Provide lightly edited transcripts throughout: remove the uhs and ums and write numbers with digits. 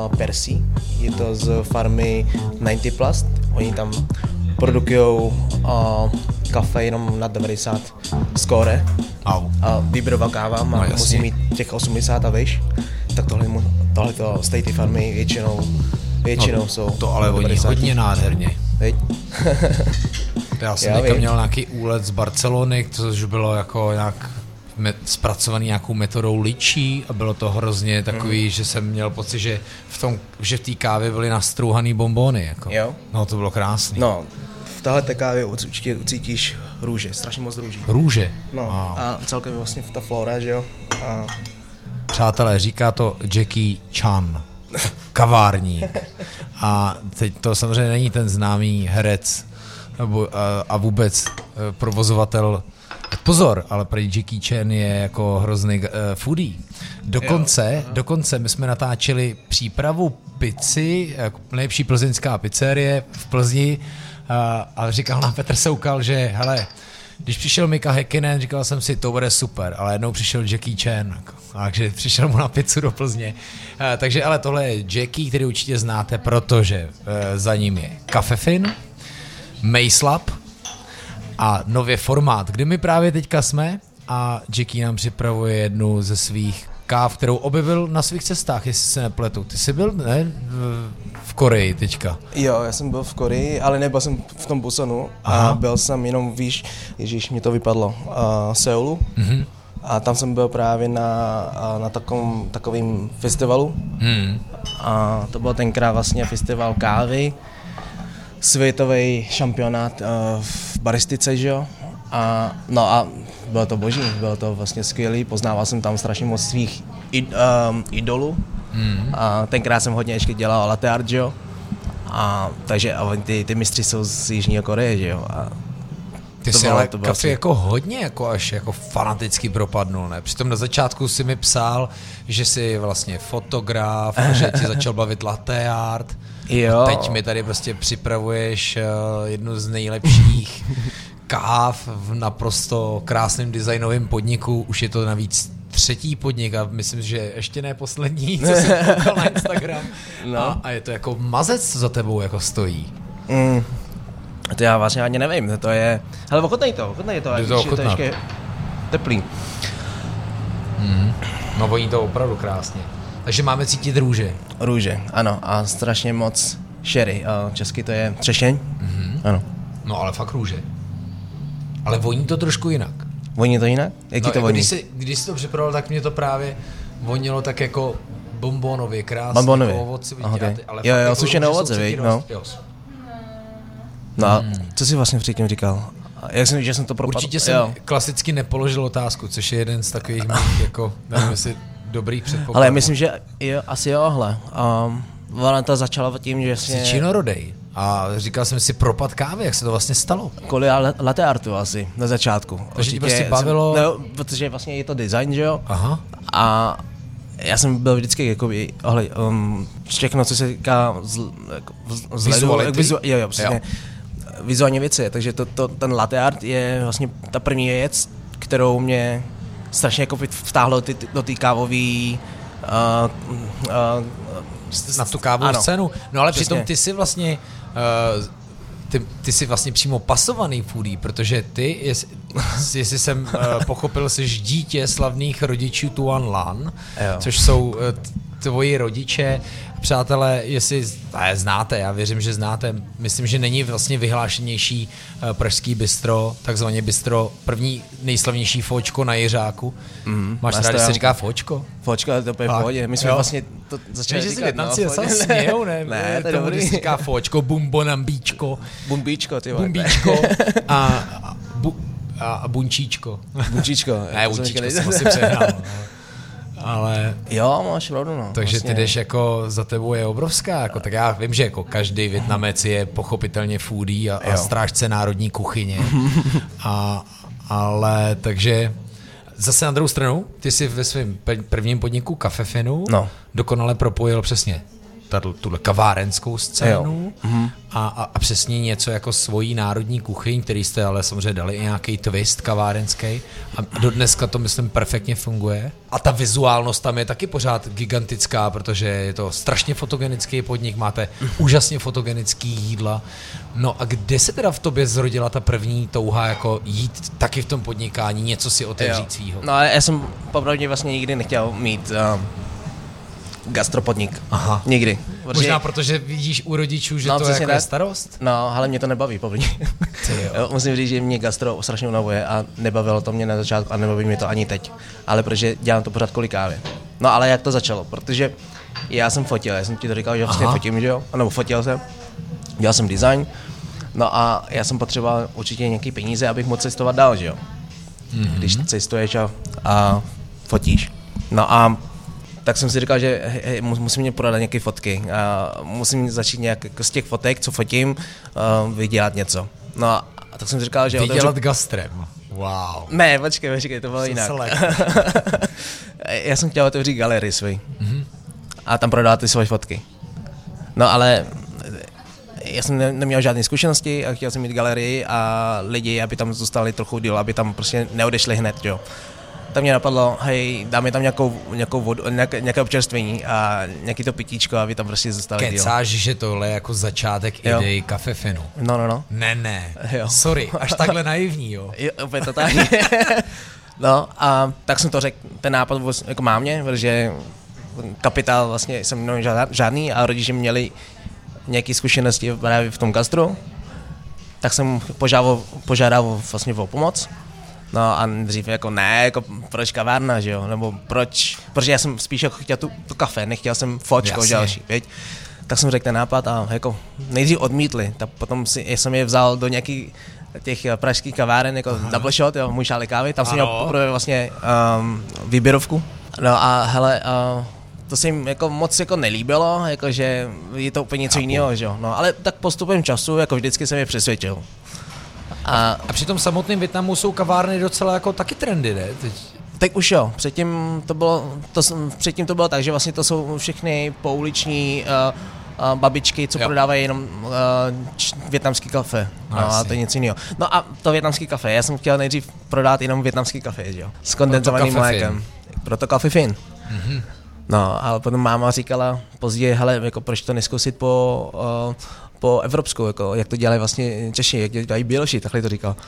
Persí, je to z farmy 90 Plus, oni tam produkujou kafe jenom na 90 skóre a výběrová káva musí mít těch 80 a výš, tak tohle z té farmy většinou jsou. To ale oni hodně nádherně. Já jsem teďka měl nějaký úlet z Barcelony, což bylo jako nějak zpracovaný nějakou metodou ličí a bylo to hrozně takový, že jsem měl pocit, že v té kávě byly nastrouhaný bonbony. Jako. Jo? No to bylo krásný. No, v téhle kávě určitě cítíš růže, strašně moc růží. Růže? No a celkem vlastně ta flora, že jo. Přátelé, říká to Jackie Chan, kavárník. A teď to samozřejmě není ten známý herec a vůbec provozovatel. Pozor, ale prý Jackie Chan je jako hrozný foodie. Dokonce my jsme natáčeli přípravu pizzy, jako nejlepší plzeňská pizzerie v Plzni a říkal nám Petr Soukal, že hele, když přišel Mika Häkkinen, říkal jsem si, to bude super, ale jednou přišel Jackie Chan, takže přišel mu na pizzu do Plzně. Takže ale tohle je Jackie, který určitě znáte, protože za ním je Cafefin, Macelab a nově Formát, kde my právě teďka jsme a Jackie nám připravuje jednu ze svých káv, kterou objevil na svých cestách, jestli se nepletu. Ty jsi byl, ne, v Koreji teďka? Jo, já jsem byl v Koreji, ale nebyl jsem v tom Busanu. A byl jsem jenom, víš, ježíš, mi to vypadlo, Seulu. Mm-hmm. A tam jsem byl právě na takovým festivalu. Mm. A to byl tenkrát vlastně festival kávy, světový šampionát v baristice, že jo. A bylo to boží, bylo to vlastně skvělý, poznával jsem tam strašně moc svých idolů. Mm. A tenkrát jsem hodně ještě dělal latte art, že jo. Takže ty mistři jsou z Jižní Koreje, že jo. Ty jsi ale kafe jako hodně jako až jako fanaticky propadnul, ne? Přitom na začátku si mi psal, že jsi vlastně fotograf, že ti začal bavit latte art. Jo. A teď mi tady prostě připravuješ jednu z nejlepších káv v naprosto krásném designovém podniku. Už je to navíc 3. podnik a myslím, že ještě ne poslední, co jsem koukal na Instagram. No. A je to jako mazec, co za tebou jako stojí. To já vlastně ani nevím, to je... Hele, ochutnej to, je to ještě teplý. No voní to opravdu krásně. Takže máme cítit růže. Růže, ano, a strašně moc sherry, česky to je třešeň, ano. No ale fakt růže. Ale voní to trošku jinak. Voní to jinak? Jaký to voní? Když jsi to připravoval, tak mě to právě vonilo tak jako bonbonově, krásně, bonbonově. jako ovoci Okay. Ale jo, jako sušené ovoce, víš, no. No a co jsi vlastně předtím říkal? Že jsem to propadl? Určitě jsem klasicky nepoložil otázku, což je jeden z takových mých, jako, nevím, jestli dobrých předpokladů. Ale myslím, že asi johle. Valenta začala tím, že jsi činorodej. A říkal jsem si propad kávy, jak se to vlastně stalo? Kvůli latte artu asi, na začátku. Takže ti prostě bavilo? Protože vlastně je to design, že jo? Aha. A já jsem byl vždycky jakoby, všechno, co se týká vizuální věci, takže ten latte art je vlastně ta první věc, kterou mě strašně jako vtáhlo do té kávové na tu kávovou scénu. No ale přitom ty jsi vlastně ty jsi vlastně přímo pasovaný foodie, protože ty, jestli jsem pochopil, jsi dítě slavných rodičů Tuan Lan, což jsou tvoji rodiče. Přátelé, jestli znáte, já věřím, že znáte, myslím, že není vlastně vyhlášenější pražský bistro, takzvaně bistro, první nejslavnější Fočko na Jiřáku. Máš rád, když se říká Fočko? Fočko, to je v pohodě. My jsme vlastně to začali říkat. Větnamci se smějou, ne? Ne, to je dobrý. Když se říká Fočko, bumbonambíčko. Bumbíčko, ty vole. Bumbíčko a bunčíčko. Bunčíčko. Ne, bunčíčko jsem asi přehnal. Ale... Jo, máš pravdu, no. Takže vlastně. Ty jdeš jako, za tebou je obrovská, jako, tak já vím, že jako každý Vietnamec je pochopitelně foodie a strážce národní kuchyně, ale takže zase na druhou stranu, ty jsi ve svém prvním podniku Cafefinu dokonale propojil přesně tuhle kavárenskou scénu a přesně něco jako svojí národní kuchyň, který jste ale samozřejmě dali i nějaký twist kavárenský a do dneska to myslím perfektně funguje. A ta vizuálnost tam je taky pořád gigantická, protože je to strašně fotogenický podnik, máte úžasně fotogenický jídla. No a kde se teda v tobě zrodila ta první touha jako jít taky v tom podnikání, něco si otevřít svýho? No já jsem popravdě vlastně nikdy nechtěl mít gastropodnik. Aha. Nikdy. Možná protože vidíš u rodičů, že to jako je starost? No, ale mě to nebaví poprvé. Musím říct, že mě gastro strašně unavuje a nebavilo to mě na začátku a nebaví mě to ani teď. Ale protože dělám to pořád kolikávě. No ale jak to začalo? Protože já jsem fotil, já jsem ti to říkal, že vlastně fotím, že jo? Nebo fotil jsem, dělal jsem design. No a já jsem potřeboval určitě nějaký peníze, abych mohl cestovat dál, že jo? Když cestuješ a fotíš. No a tak jsem si říkal, že musím mě prodat nějaké fotky a musím začít nějak z těch fotek, co fotím, vydělat něco. No a tak jsem si říkal, že... Vydělat gastrem. Wow. Ne, počkej, to bylo jinak. Já jsem chtěl otevřít galerii svůj a tam prodávat ty svoje fotky. No ale já jsem neměl žádné zkušenosti a chtěl jsem mít galerii a lidi, aby tam zůstali trochu díl, aby tam prostě neodešli hned, jo. Tak mě napadlo, hej, dáme tam nějakou vodu, nějaké občerstvení a nějaký to pitíčko, aby tam prostě zůstali díl. Kecáš, že tohle je jako začátek idei Cafefinu. No. Ne. Jo. Sorry, až takhle naivní, jo. Jo, opět to tak. No a tak jsem to řekl, ten nápad jako mámě, protože kapitál vlastně jsem neměl žádný a rodiče měli nějaké zkušenosti právě v tom gastru, tak jsem požádal vlastně o pomoc. No a dřív jako ne, jako proč kavárna, že jo, nebo protože já jsem spíš jako chtěl tu kafe, nechtěl jsem fočko další, viď? Tak jsem řekl ten nápad a jako nejdřív odmítli, tak potom jsem je vzal do nějakých těch pražských kaváren, jako Double Shot, jo, můj šálek kávy, tam jsem měl poprvé vlastně výběrovku, no a hele, to se jim jako moc jako nelíbilo, jakože je to úplně něco jiného, že jo, no ale tak postupem času, jako vždycky jsem je přesvědčil. A při tom samotném Vietnamu jsou kavárny docela jako taky trendy, ne? Tak už jo, předtím to bylo tak, že vlastně to jsou všechny pouliční babičky, co prodávají jenom vietnamský kafe. No a to je něco jiného. No a to vietnamský kafe, já jsem chtěl nejdřív prodat jenom vietnamský kafe, že jo? S kondenzovaným mlékem. Proto Cafefin. No, ale potom máma říkala později, hele, jako proč to neskusit po evropskou, jako, jak to dělají vlastně Češi, jak dělají Běloši, takhle to říkal.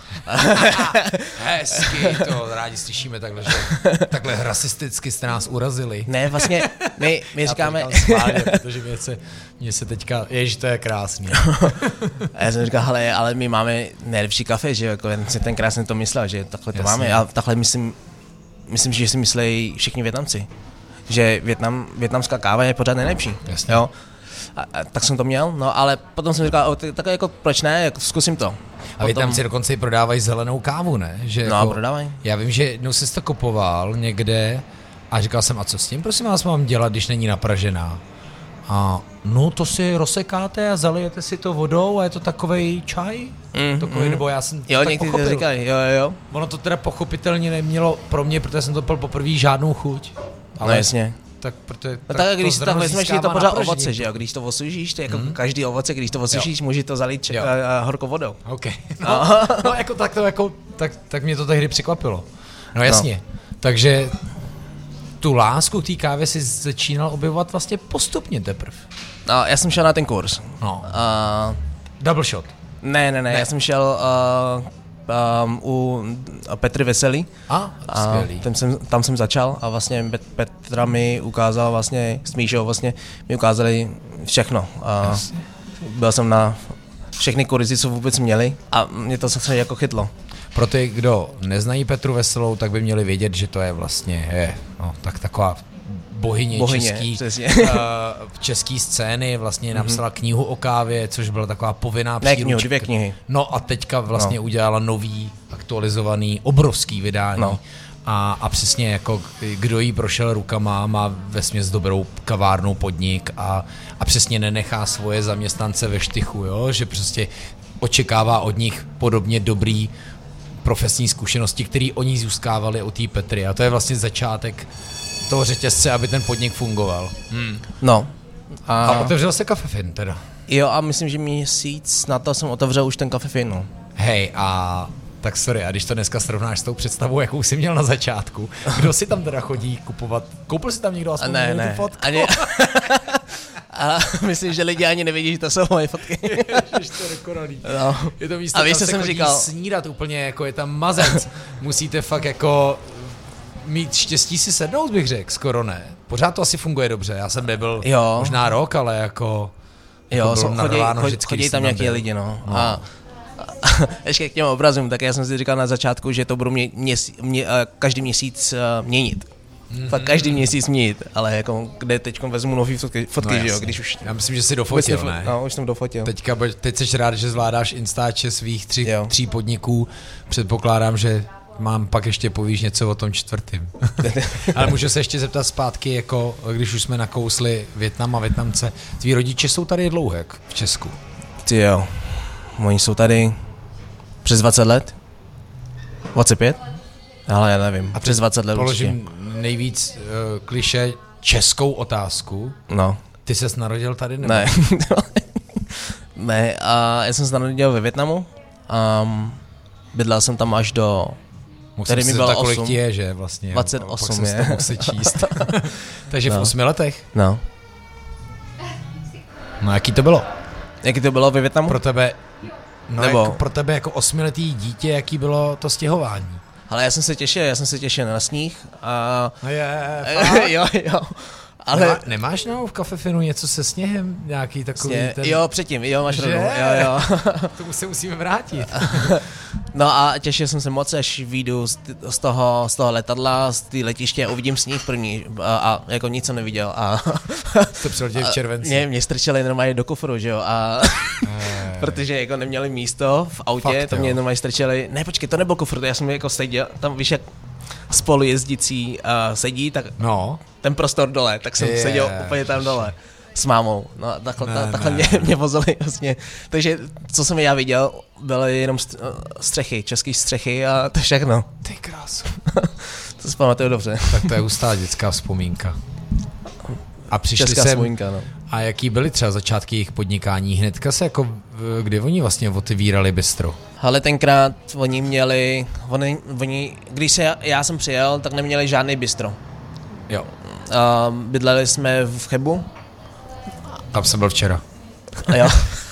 Hezky, to rádi slyšíme takhle, že takhle rasisticky jste nás urazili. Ne, vlastně, my říkáme... Schválně, protože mě se teďka, ježiš, to je krásný. A já jsem říkal, hele, ale my máme nejlepší kafe, že jako, jen si ten krásně to myslel, že takhle to máme a takhle myslím, že si myslejí všichni Vietnamci, že vietnamská káva je pořád nejlepší. Jasně. Jo? A tak jsem to měl, no ale potom jsem říkal, tak jako proč ne, jako zkusím to. A Vietnamci dokonce i prodávají zelenou kávu, ne? Že no jako, prodávají. Já vím, že jednou jsi to kupoval někde a říkal jsem, a co s tím, prosím vás, mám dělat, když není napražená? A no, to si rozsekáte a zalijete si to vodou a je to takovej čaj? Takový, nebo já jsem jo, tak pochopil. Říkají, jo. Ono to teda pochopitelně nemělo pro mě, protože jsem to pil poprvé žádnou chuť. Ale no jasně. Tak, protože, no tak když to vezmeš, je to pořád ovoce, že jo? Když to osušíš, to je jako každý ovoce, když to osušíš, může to zalít horkou vodou. Okay. No jako tak mě to tehdy překvapilo. No jasně. No. Takže tu lásku k té kávě si začínal objevovat vlastně postupně teprve. No, já jsem šel na ten kurz. No. Double Shot. Ne, já jsem šel u Petry Veselý. Tam jsem začal a vlastně Petra mi ukázala vlastně, s Míšou vlastně mi ukázali všechno. Byl jsem na všechny kurzy, co vůbec měli a mě to se jako chytlo. Pro ty, kdo neznají Petru Veselou, tak by měli vědět, že to je vlastně taková bohyně český scény, vlastně napsala knihu o kávě, což byla taková povinná příručka. 2 knihy. No a teďka vlastně udělala nový, aktualizovaný, obrovský vydání. No. A přesně jako kdo jí prošel rukama, má vesměs dobrou kavárnu, podnik a přesně nenechá svoje zaměstnance ve štychu, jo? Že prostě očekává od nich podobně dobrý profesní zkušenosti, které oni získávali od té Petry. A to je vlastně začátek toho řetězce, aby ten podnik fungoval. No. A otevřel se Cafefin teda. Jo, a myslím, že měsíc na to jsem otevřel už ten Cafe Fino. Hej, a tak sorry, a když to dneska srovnáš s tou představou, jakou jsi měl na začátku, kdo si tam teda chodí kupovat? Koupil si tam někdo aspoň tu fotku? Ani... A myslím, že lidi ani nevědí, že to jsou moje fotky. Ježiš, to je dokonalý. No. Je to místo, tam se chodí snídat úplně, jako je tam mazec. Musíte fakt jako mít štěstí si sednout, bych řekl, skoro ne. Pořád to asi funguje dobře, já jsem nebyl možná rok, ale jako chodí tam nějaký lidi, no. A ještě k těm obrazům, tak já jsem si říkal na začátku, že to budu každý měsíc měnit. Fakt každý měsíc měnit, ale jako kde teď vezmu nový fotky, že jo, když už... Já myslím, že jsi dofotil, ne? No, už jsem dofotil. Teď jsi rád, že zvládáš Instače svých tří podniků, předpokládám, že mám pak ještě povíš něco o tom čtvrtým. Ale můžu se ještě zeptat zpátky, jako když už jsme nakousli Vietnam a Vietnamce, tví rodiče jsou tady dlouho, jak v Česku? Ty jo, oni jsou tady přes 20 let, 25, ale já nevím, a přes 20 let položím určitě. Nejvíc klišé českou otázku. No. Ty ses narodil tady? Nebo? Ne. Ne, a já jsem se narodil ve Vietnamu. Bydlel jsem tam až do... Tady mi bylo 8. Kolik ti je, že vlastně? 28 je. Pak se číst. Takže v 8 letech? No. No, jaký to bylo? Jaký to bylo ve Vietnamu? Pro tebe, no nebo... jako pro tebe jako 8letý dítě, jaký bylo to stěhování? Ale já jsem se těšil na sníh a... Jo. Ale... Nemáš v Cafe Finu něco se sněhem? Nějaký takový ten... Jo, předtím, máš rovnou. Jo. Tomu se musíme vrátit. No a těšil jsem se moc, až vyjdu z toho letadla, z té letiště a uvidím sníh první a jako nic jsem neviděl. To přiletěl v červenci. Mě strčili normálně do kufru, že jo, protože jako neměli místo v autě, Fakt, to mě normálně strčili. Ne, počkej, to nebyl kufr, já jsem jako seděl, tam víš, jak spolujezdící sedí, tak ten prostor dole, tak jsem seděl úplně tam dole s mámou. No takhle mě vozili vlastně. Takže co jsem já viděl, byly jenom střechy, české střechy a to všechno. Ty krásu. To si pamatuju dobře. Tak to je hustá dětská vzpomínka. A přišli sem, vzpomínka, no. A jaký byly třeba začátky jejich podnikání? Hnedka se jako, kdy oni vlastně otevírali bistro? Ale tenkrát oni měli, když já jsem přijel, tak neměli žádný bistro. Jo. Bydleli jsme v Chebu. Tam jsem byl včera. Jo.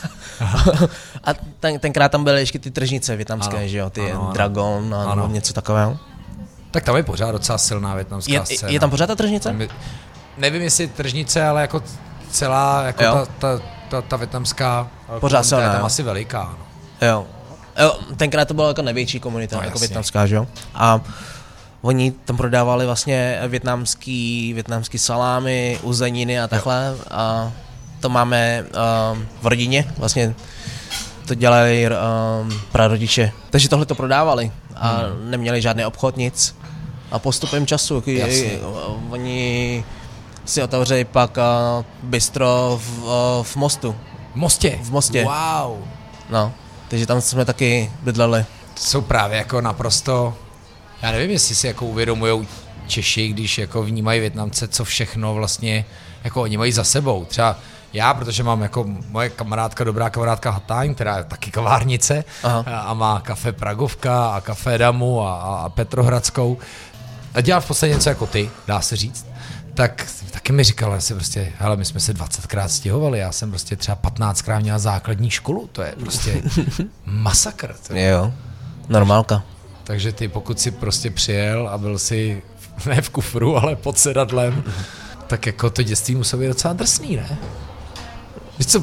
A tenkrát tam byly ještě ty tržnice vietnamské, že jo, ty Dragon a něco takového. Tak tam je pořád docela silná vietnamská scéna. Je tam pořád ta tržnice? Nevím, jestli tržnice, ale jako celá, jako ta vietnamská pořád silná, je tam asi veliká. No. Jo, tenkrát to byla jako největší komunita, jako vietnamská, že jo. A oni tam prodávali vlastně vietnamský salámy, uzeniny a takhle. A to máme v rodině, vlastně to dělali prarodiče. Takže tohle to prodávali a neměli žádný obchod, nic. A postupem času oni si otevřeli pak bistro v Mostu. V Mostě? Wow. No, takže tam jsme taky bydleli. To jsou právě jako naprosto, já nevím, jestli si jako uvědomujou Češi, když jako vnímají Vietnamce, co všechno vlastně jako oni mají za sebou. Třeba já, protože mám jako moje dobrá kamarádka Hatán, která je taky kavárnice a má kafe Pragovka a kafe Damu a Petrohradskou a dělá v podstatě něco jako ty, dá se říct, tak taky mi říkala, že prostě, hele, my jsme se 20krát stěhovali, já jsem prostě třeba 15krát měla základní školu, to je prostě masakr. Jo, normálka. Takže ty, pokud si prostě přijel a byl si ne v kufru, ale pod sedadlem, tak jako to dětství muselo být docela drsný, ne? Víš co,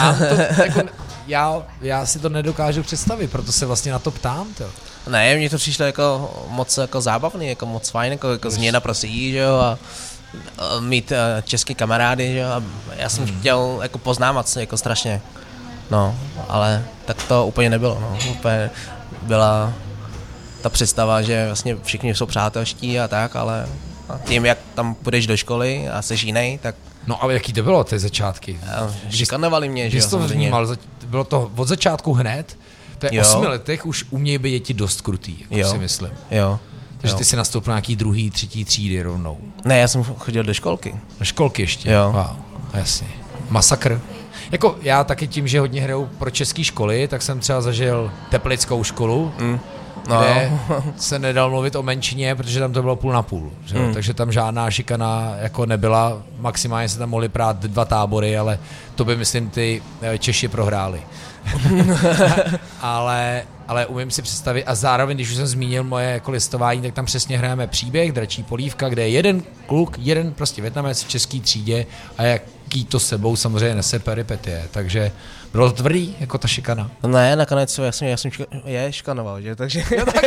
já si to nedokážu představit, proto se vlastně na to ptám. To. Ne, mně to přišlo jako moc jako zábavný, jako moc fajn, jako změna prostředí, že jo, a mít český kamarády, že jo, a já jsem chtěl jako poznávat se jako strašně, no, ale tak to úplně nebylo, no, úplně byla ta představa, že vlastně všichni jsou přátelští a tak, ale tím, jak tam půjdeš do školy a jsi jiný, tak... No ale jaký to bylo, ty začátky? Šikanovali mě, že jo, to vnímal, bylo to od začátku hned? To je 8 letech už umějí být děti dost krutý, jako si myslím. Jo. Takže ty si nastoupil na nějaký 2., 3. třídy rovnou. Ne, já jsem chodil do školky. Do školky ještě? Jo. Wow, jasně. Masakr. Jako já taky tím, že hodně hraju pro české školy, tak jsem třeba zažil teplickou školu, kde se nedal mluvit o menšině, protože tam to bylo půl na půl. Takže tam žádná šikana jako nebyla, maximálně se tam mohly prát 2 tábory, ale to by, myslím, ty Češi prohráli. ale umím si představit, a zároveň, když už jsem zmínil moje jako listování, tak tam přesně hrajeme příběh Dračí polívka, kde je jeden kluk, jeden prostě Vietnamec v české třídě a jaký to sebou samozřejmě nese peripetie, takže bylo to tvrdý, jako ta šikana. Ne, nakonec já jsem je šikanoval, že, takže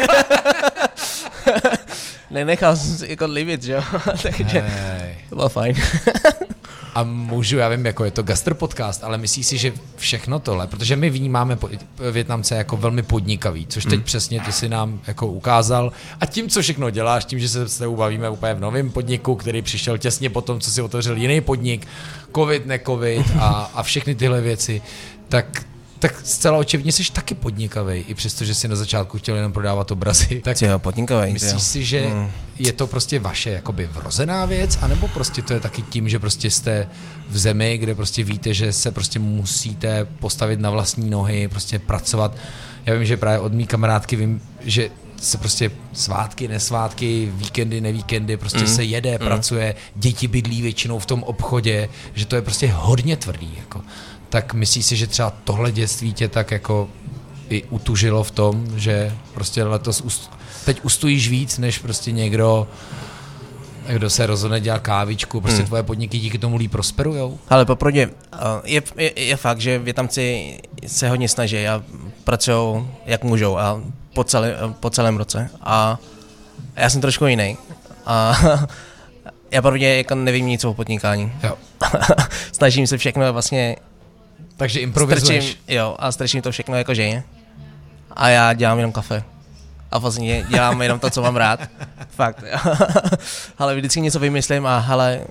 nenechal jsem si jako limit, že jo, takže to bylo fajn. A můžu, já vím, jako je to gastro podcast, ale myslíš si, že všechno tohle, protože my vnímáme Vietnamce jako velmi podnikavý, což teď přesně ty si nám jako ukázal, a tím, co všechno děláš, tím, že se s tebou bavíme úplně v novém podniku, který přišel těsně po tom, co si otevřel jiný podnik, covid, ne-covid a všechny tyhle věci, tak zcela očividně jsi taky podnikavý, i přesto, že jsi na začátku chtěl jenom prodávat obrazy. Tak podnikavý. Myslíš si, že je to prostě vaše jakoby vrozená věc, anebo prostě to je taky tím, že prostě jste v zemi, kde prostě víte, že se prostě musíte postavit na vlastní nohy, prostě pracovat. Já vím, že právě od mý kamarádky vím, že se prostě svátky, nesvátky, víkendy, nevíkendy, prostě se jede, pracuje, děti bydlí většinou v tom obchodě, že to je prostě hodně tvrdý, jako. Tak myslíš si, že třeba tohle dětství tě tak jako i utužilo v tom, že prostě letos teď ustojíš víc, než prostě někdo, kdo se rozhodne dělat kávičku, prostě tvoje podniky díky tomu líp prosperujou? Ale popravdě, je fakt, že Vietnamci se hodně snaží a pracují jak můžou a po celém roce a já jsem trošku jiný a já popravdě jako nevím nic o podnikání. Jo. Snažím se všechno vlastně. Takže improvizuješ. A strčím to všechno jako ženě. A já dělám jenom kafe. A vlastně dělám jenom to, co mám rád. Fakt. Ale vždycky něco vymyslím a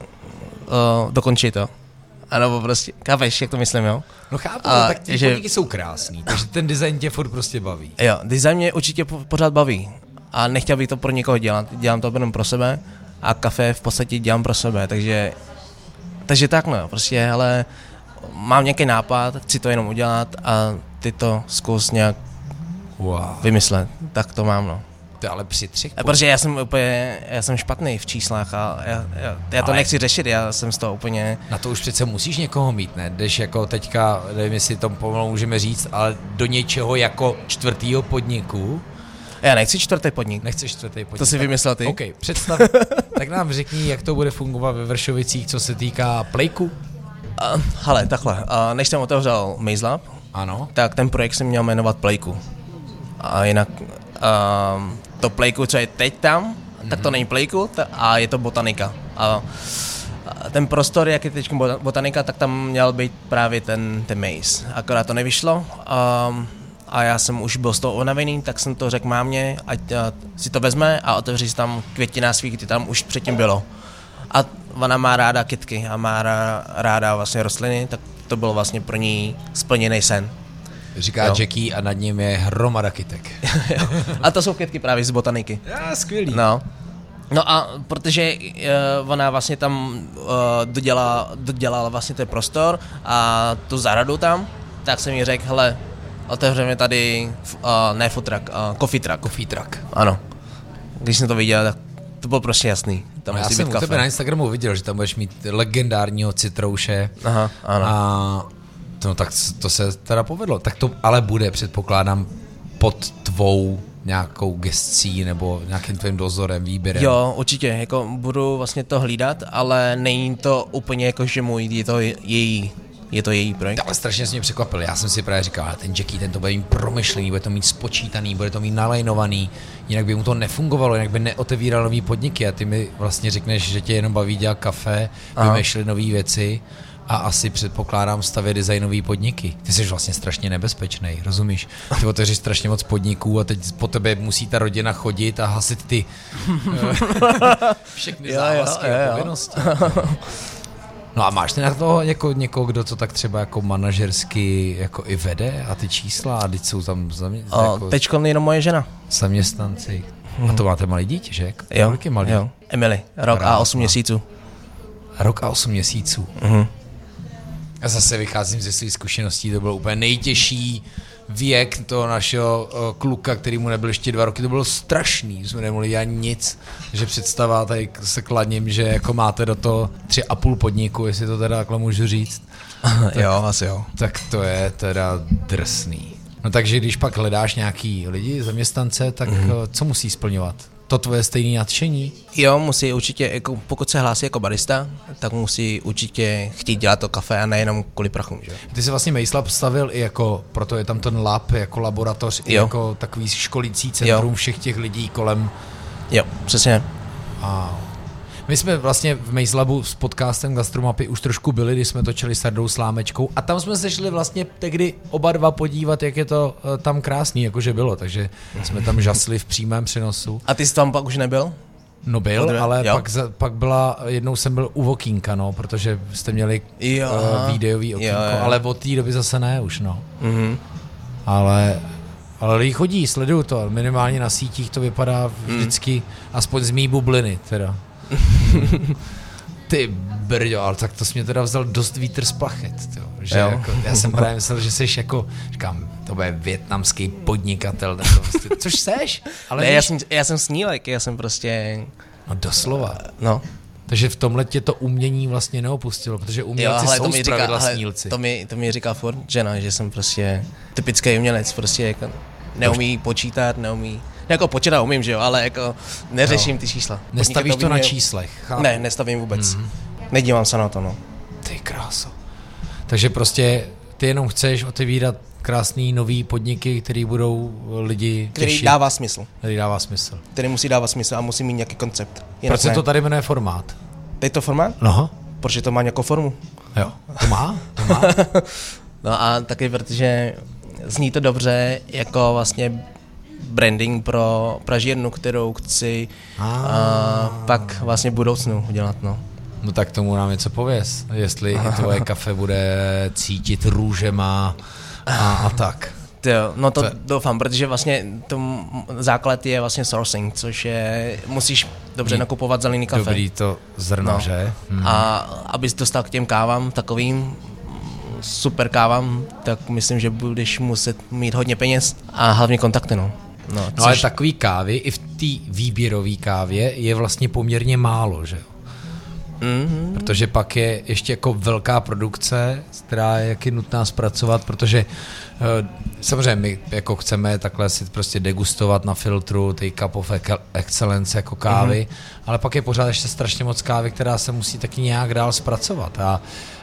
dokončí to. A nebo prostě, chápeš, jak to myslím, jo? No chápu, tak ty podniky jsou krásný, takže ten design tě furt prostě baví. Jo, design mě určitě pořád baví. A nechtěl bych to pro někoho dělat. Dělám to jenom pro sebe a kafe v podstatě dělám pro sebe, takže tak no, prostě, ale mám nějaký nápad, chci to jenom udělat a ty to zkus nějak vymyslet, tak to mám, no. To ale přitřih. Protože já jsem špatný v číslách a já to nechci řešit, já jsem z toho úplně. Na to už přece musíš někoho mít, ne? Jdeš jako teďka, nevím, jestli to pomalu můžeme říct, ale do něčeho jako 4. podniku. Já nechci 4. podnik. Nechceš 4. podnik. To si vymyslel ty. OK, představ, tak nám řekni, jak to bude fungovat ve Vršovicích, co se týká Playku. Hele, takhle, než jsem otevřel Maze Lab, ano, tak ten projekt se měl jmenovat Playku. A jinak to Playku, co je teď tam, tak to není Playku a je to botanika. A ten prostor, jak je teď botanika, tak tam měl být právě ten maze. Akorát to nevyšlo a já jsem už byl z toho unavený, tak jsem to řekl mámě, ať si to vezme a otevří si tam květinářství, kdy tam už předtím bylo. A ona má ráda kytky a má ráda vlastně rostliny, tak to byl vlastně pro ní splněný sen. Říká Jackie a nad ním je hromada kytek. A to jsou kytky právě z botaniky. Já, skvělý. No a protože ona vlastně tam dodělala vlastně ten prostor a tu zahradu tam, tak jsem jí řekl, hele, otevřeme tady ne food truck, coffee truck. Ano. Když jsem to viděl, tak to bylo prostě jasný. Tam já jsem u tebe na Instagramu viděl, že tam budeš mít legendárního citrouše. Aha, ano. A no tak to se teda povedlo. Tak to ale bude, předpokládám, pod tvou nějakou gescí nebo nějakým tvým dozorem, výběrem. Jo, určitě, jako budu vlastně to hlídat, ale není to úplně jako, že můj, je to její projekt. Ale strašně jsi mě překvapil. Já jsem si právě říkal, ten Jackie, ten to bude mít promyšlený, bude to mít spočítaný, bude to mít nalajnovaný, jinak by mu to nefungovalo, jinak by neotevíral nový podniky a ty mi vlastně řekneš, že tě jenom baví dělat kafe, vymýšlet nové věci a asi předpokládám stavět designové podniky. Ty jsi vlastně strašně nebezpečný, rozumíš? Ty otevřeš strašně moc podniků a teď po tebe musí ta rodina chodit a hasit ty všechny závazky a povinnosti. No a máš ty na to jako někoho, kdo to tak třeba jako manažersky jako i vede a ty čísla a teď jsou tam teďko jenom moje žena. Zaměstnanci. A to máte malý dítě, že? Jo, Emily, rok a 8 měsíců. Rok a 8 měsíců. A zase vycházím ze svých zkušeností, to bylo úplně nejtěžší věk toho našeho kluka, který mu nebyl ještě 2 roky, to bylo strašný, jsme nemohli dělat nic, že představa, tady se kladním, že jako máte do toho 3,5 podniku, jestli to teda takhle můžu říct. Tak, jo, asi jo. Tak to je teda drsný. No takže když pak hledáš nějaký lidi, zaměstnance, tak co musí splňovat? To tvoje stejné nadšení? Jo, musí určitě, jako pokud se hlásí jako barista, tak musí určitě chtít dělat to kafe a nejenom kvůli prachu, že? Ty jsi vlastně Maze Lab stavil i jako, proto je tam ten lab jako laboratoř, i jako takový školící centrum všech těch lidí kolem. Jo, přesně. A my jsme vlastně v Maze Labu s podcastem Gastromapy už trošku byli, když jsme točili s Ardou Slámečkou a tam jsme se šli vlastně tehdy oba dva podívat, jak je to tam krásný, jakože bylo, takže jsme tam žasli v přímém přenosu. A ty jsi tam pak už nebyl? No byl, ale pak byla, jednou jsem byl u okýnka, no, protože jste měli videový okýnko, ale od té doby zase ne už, no. Mm-hmm. Ale lidi chodí, sleduju to, minimálně na sítích to vypadá vždycky, aspoň z mý bubliny teda. Ty brďo, ale tak to jsi mě teda vzal dost vítr z plachet, tyjo, že jako, já jsem právě myslel, že jsi jako, říkám, to bude vietnamský podnikatel, prostě, což seš? Ale ne, já jsem snílek, já jsem prostě... No doslova. No. Takže v tomhle tě to umění vlastně neopustilo, protože umělci jsou zpravidla snílci. To mi říká furt žena, že jsem prostě typický umělec, prostě jako neumí počítat, neumí... Jako počítat umím, že jo, ale jako neřeším ty čísla. Nestavíš to na číslech, chápu. Ne, nestavím vůbec. Nedívám se na to, no. Ty kráso. Takže prostě ty jenom chceš otevírat krásný nový podniky, který budou lidi který těšit. Dává smysl. Který dává smysl. Který musí dávat smysl a musí mít nějaký koncept. Proč se to tady jmenuje formát? Teď to formát? Aha. Protože to má nějakou formu. Jo, to má. No a taky protože zní to dobře jako vlastně branding pro pražírnu, kterou chci pak vlastně v budoucnu udělat, no. No tak tomu nám něco pověz, jestli tvoje kafe bude cítit růžema a tak. No to doufám, protože vlastně základ je vlastně sourcing, což je, musíš dobře nakupovat zelený kafe. Dobrý to zrno, no. Že? A abys dostal k těm kávám takovým super kávám, tak myslím, že budeš muset mít hodně peněz a hlavně kontakty, no. No ale takový kávy i v té výběrové kávě je vlastně poměrně málo, že jo? Mm-hmm. Protože pak je ještě jako velká produkce, která je jaký nutná zpracovat, protože samozřejmě my jako chceme takhle si prostě degustovat na filtru ty cup of excellence jako kávy, ale pak je pořád ještě strašně moc kávy, která se musí taky nějak dál zpracovat a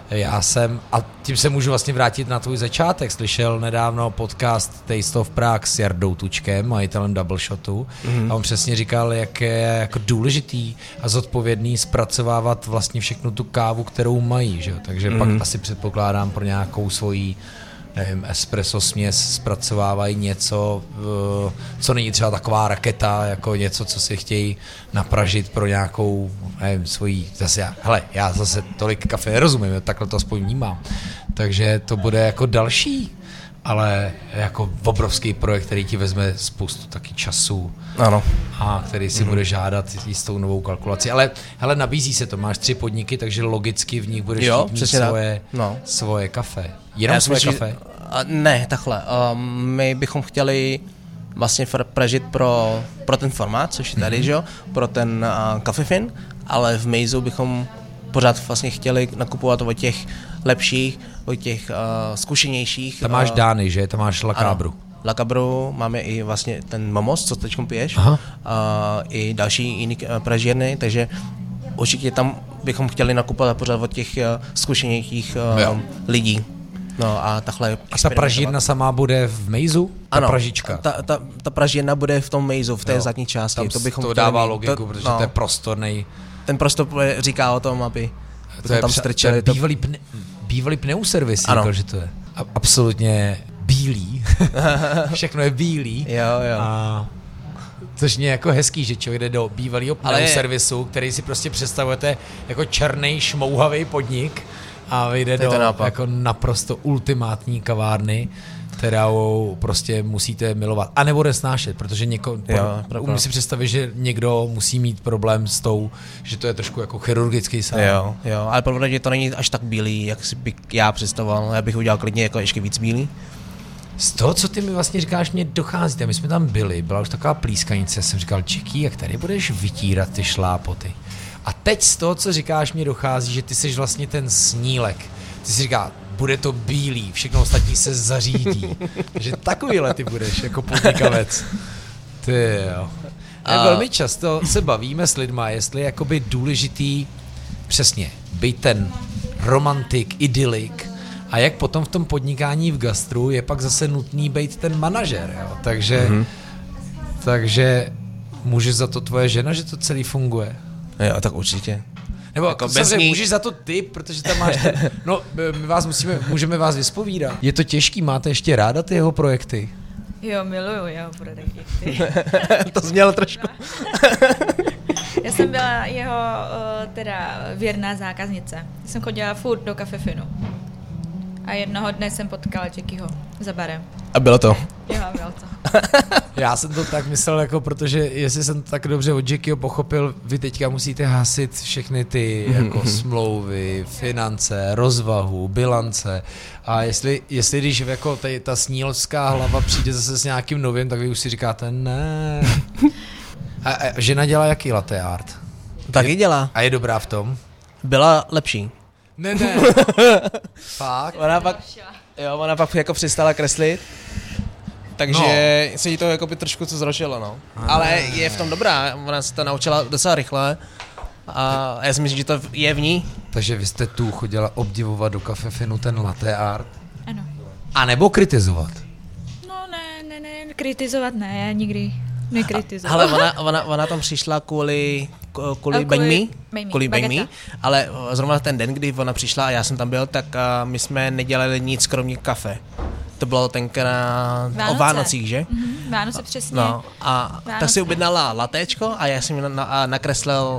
tím se můžu vlastně vrátit na tvůj začátek. Slyšel nedávno podcast Taste of Prague s Jardou Tučkem, majitelem Double Shotu, a on přesně říkal, jak je jako důležitý a zodpovědný zpracovávat vlastně všechnu tu kávu, kterou mají, že? Takže pak asi předpokládám pro nějakou svoji espresso směs zpracovávají něco, co není třeba taková raketa, jako něco, co si chtějí napražit pro nějakou, svoji, já zase tolik kafe nerozumím, takhle to aspoň vnímám. Takže to bude jako další, ale jako obrovský projekt, který ti vezme spoustu taky času. Ano. A který si bude žádat jistou novou kalkulaci. Ale hele, nabízí se to, máš 3 podniky, takže logicky v nich budeš mít svoje kafe. Jenom svoje kafe? Ne, takhle. My bychom chtěli vlastně pražit pro ten formát, což je tady, že jo, pro ten Coffee Fin, ale v Mejzu bychom pořád vlastně chtěli nakupovat od těch lepších, od těch zkušenějších. Tam máš dány, že? Tam máš La Cabru. La Cabru, máme i vlastně ten Momos, co teď piješ, i další jiný pražírny, takže určitě tam bychom chtěli nakupovat pořád od těch zkušenějších lidí. No a takhle. A ta pražírna sama bude v Mejzu? Ano, pražička? Ta pražírna bude v tom Mejzu, v té zadní části. To dává logiku, protože to je prostornej. Ten prostor říká o tom, aby tam strčili. To je bývalý pneuservis, jako, že to je absolutně bílý. Všechno je bílý. Jo. Což je jako hezký, že člověk jde do bývalého pneuservisu, který si prostě představujete jako černý šmouhavý podnik a vyjde do jako naprosto ultimátní kavárny. kterou prostě musíte milovat. A nebo nesnášet, protože umím si představit, že někdo musí mít problém s tou, že to je trošku jako chirurgický sál. Jo, ale pravda, že to není až tak bílý, jak si bych já představoval. Já bych udělal klidně jako ještě víc bílý. Z toho, co ty mi vlastně říkáš, mě dochází. My jsme tam byli, byla už taková plískanice, já jsem říkal, Jackie, jak tady budeš vytírat ty šlápoty. A teď z toho, co říkáš, mě dochází, že ty jsi vlastně ten snílek. Ty si říká, bude to bílý, všechno ostatní se zařídí. Takže takovýhle ty budeš jako podnikavec. Ty jo. Velmi často se bavíme s lidma, jestli je jakoby důležitý přesně být ten romantik, idylik, a jak potom v tom podnikání v gastru je pak zase nutný být ten manažer. Jo? Takže může za to tvoje žena, že to celý funguje? Jo, tak určitě. Nebo jako samozřejmě můžeš za to ty, protože tam máš ten, no, můžeme vás vyspovídat. Je to těžký, máte ještě ráda ty jeho projekty? Jo, miluju jeho projekty. To znělo trošku. Já jsem byla jeho teda věrná zákaznice. Já jsem chodila furt do Cafe Finu. A jednoho dne jsem potkala Jackieho za barem. A bylo to? Jo, bylo to. Já jsem to tak myslel, jako protože jestli jsem tak dobře od Jackieho pochopil, vy teďka musíte hasit všechny ty jako smlouvy, finance, rozvahu, bilance. A jestli když jako ta snílská hlava přijde zase s nějakým novým, tak vy už si říkáte ne. A žena dělá jaký latte art? Taky dělá. A je dobrá v tom? Byla lepší. Ne. Fakt? Ona pak jako přestala kreslit, takže se jí to jako by trošku co zročilo, no. Ale je v tom dobrá, ona se to naučila docela rychle a já si myslím, že to je v ní. Takže vy jste tu chodila obdivovat do Cafe Finu ten latte art? Ano. A nebo kritizovat? No ne, kritizovat ne, já nikdy nekritizoval. Ale ona tam přišla kvůli Bang Me, ale zrovna ten den, kdy ona přišla a já jsem tam byl, tak my jsme nedělali nic kromě kafe. To bylo tenkrát o Vánocích, že? Vánoce přesně. No, a tak si objednala latéčko a já jsem nakreslil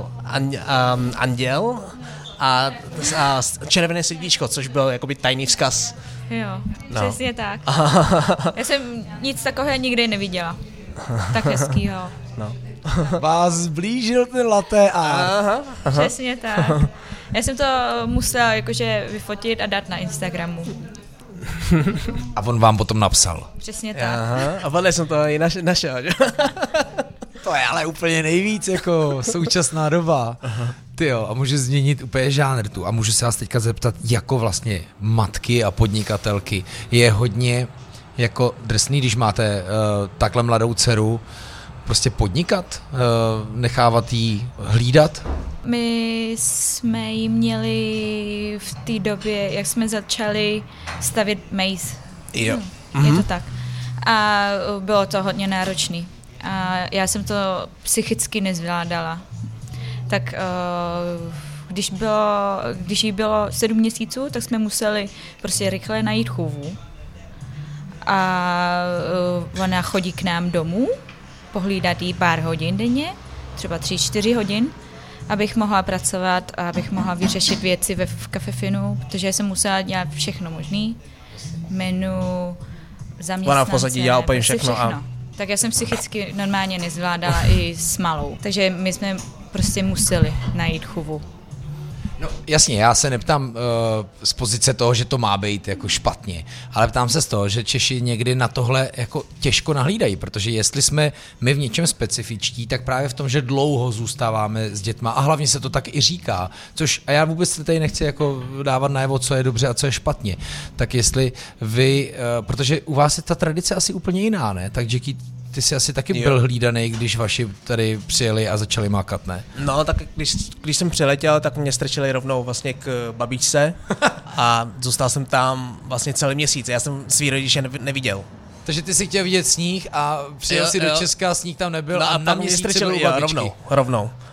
anděl a červené srdíčko, což byl jakoby tajný vzkaz. Jo, přesně tak. Já jsem nic takového nikdy neviděla. Tak hezkýho. No. Vás zblížil ten latte art. Aha. Přesně tak. Já jsem to musela jakože vyfotit a dát na Instagramu. A on vám potom napsal. Přesně tak. Aha. A podle jsem to i našel. To je ale úplně nejvíc jako současná doba. Tyjo, a může změnit úplně žánr tu. A můžu se vás teďka zeptat, jako vlastně matky a podnikatelky je hodně jako drsný, když máte takhle mladou dceru, prostě podnikat, nechávat jí hlídat? My jsme ji měli v té době, jak jsme začali stavět mejs. Jo. Je to tak. A bylo to hodně náročné. A já jsem to psychicky nezvládala. Tak když jí bylo 7 měsíců, tak jsme museli prostě rychle najít chůvu. A ona chodí k nám domů, pohlídat jí pár hodin denně, třeba 3-4 hodin, abych mohla pracovat a abych mohla vyřešit věci v Cafe Finu, protože jsem musela dělat všechno možný. Menu, zaměstnance. Ona v pozadí dělá úplně všechno. A... Tak já jsem psychicky normálně nezvládala i s malou. Takže my jsme prostě museli najít chůvu. No jasně, já se neptám z pozice toho, že to má být jako špatně, ale ptám se z toho, že Češi někdy na tohle jako těžko nahlídají, protože jestli jsme my v něčem specifičtí, tak právě v tom, že dlouho zůstáváme s dětma a hlavně se to tak i říká, což a já vůbec tady nechci jako dávat najevo, co je dobře a co je špatně, tak jestli vy, protože u vás je ta tradice asi úplně jiná, ne? Tak Jackie, ty jsi asi taky byl hlídaný, když vaši tady přijeli a začali mákat, ne? No, tak když jsem přiletěl, tak mě strčili rovnou vlastně k babičce a zůstal jsem tam vlastně celý měsíc. Já jsem svý rodiče neviděl. Takže ty jsi chtěl vidět sníh a přijel si do Česka, sníh tam nebyl a na měsíc byl u babičky. Rovnou.